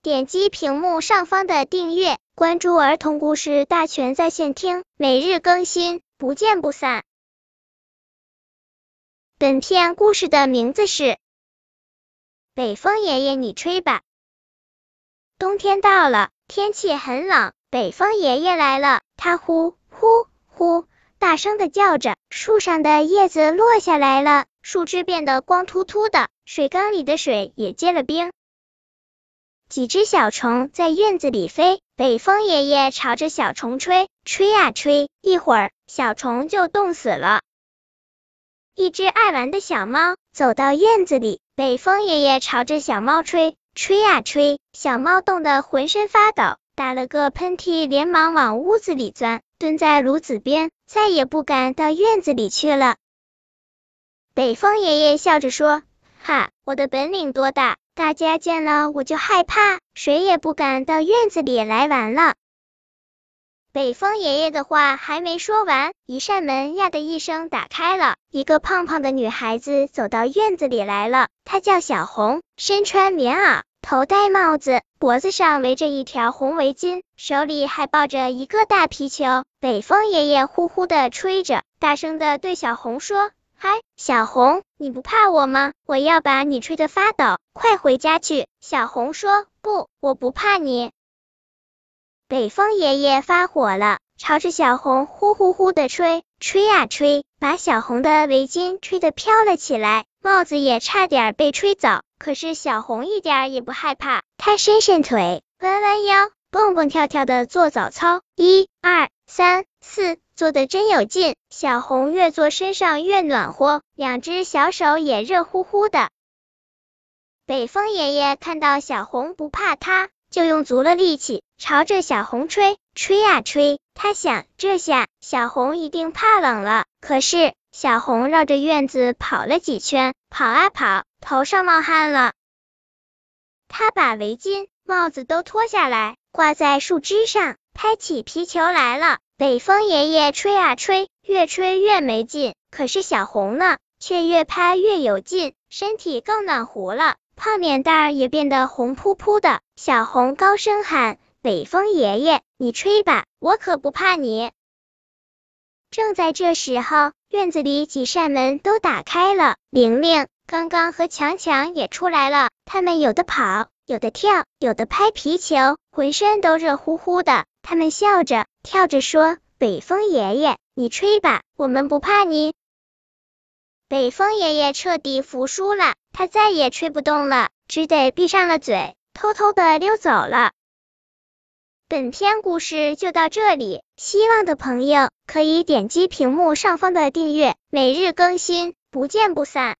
点击屏幕上方的订阅，关注儿童故事大全在线听，每日更新，不见不散。本片故事的名字是北风爷爷你吹吧。冬天到了，天气很冷，北风爷爷来了，他呼呼呼大声地叫着，树上的叶子落下来了，树枝变得光秃秃的，水缸里的水也结了冰。几只小虫在院子里飞，北风爷爷朝着小虫吹，吹啊吹，一会儿小虫就冻死了。一只爱玩的小猫走到院子里，北风爷爷朝着小猫吹，吹啊吹，小猫冻得浑身发抖，打了个喷嚏，连忙往屋子里钻，蹲在炉子边，再也不敢到院子里去了。北风爷爷笑着说，哈，我的本领多大，大家见了我就害怕，谁也不敢到院子里来玩了。北风爷爷的话还没说完，一扇门呀的一声打开了，一个胖胖的女孩子走到院子里来了，她叫小红，身穿棉袄，头戴帽子，脖子上围着一条红围巾，手里还抱着一个大皮球。北风爷爷呼呼地吹着，大声地对小红说，嗨，小红，你不怕我吗？我要把你吹得发抖，快回家去。小红说，不，我不怕你。北风爷爷发火了，朝着小红呼呼呼地吹，吹啊吹，把小红的围巾吹得飘了起来，帽子也差点被吹走。可是小红一点也不害怕，她伸伸腿，弯弯腰，蹦蹦跳跳地做早操，1、2、3、4，做得真有劲。小红越做身上越暖和，两只小手也热乎乎的。北风爷爷看到小红不怕他，就用足了力气朝着小红吹，吹啊吹，他想这下小红一定怕冷了。可是小红绕着院子跑了几圈，跑啊跑，头上冒汗了。他把围巾、帽子都脱下来，挂在树枝上，拍起皮球来了。北风爷爷吹啊吹，越吹越没劲，可是小红呢，却越拍越有劲，身体更暖和了，胖脸蛋儿也变得红扑扑的。小红高声喊，北风爷爷，你吹吧，我可不怕你。正在这时候，院子里几扇门都打开了，玲玲、刚刚和强强也出来了，他们有的跑，有的跳，有的拍皮球，浑身都热乎乎的。他们笑着跳着说，北风爷爷，你吹吧，我们不怕你。北风爷爷彻底服输了，他再也吹不动了，只得闭上了嘴，偷偷地溜走了。本篇故事就到这里，希望的朋友可以点击屏幕上方的订阅，每日更新，不见不散。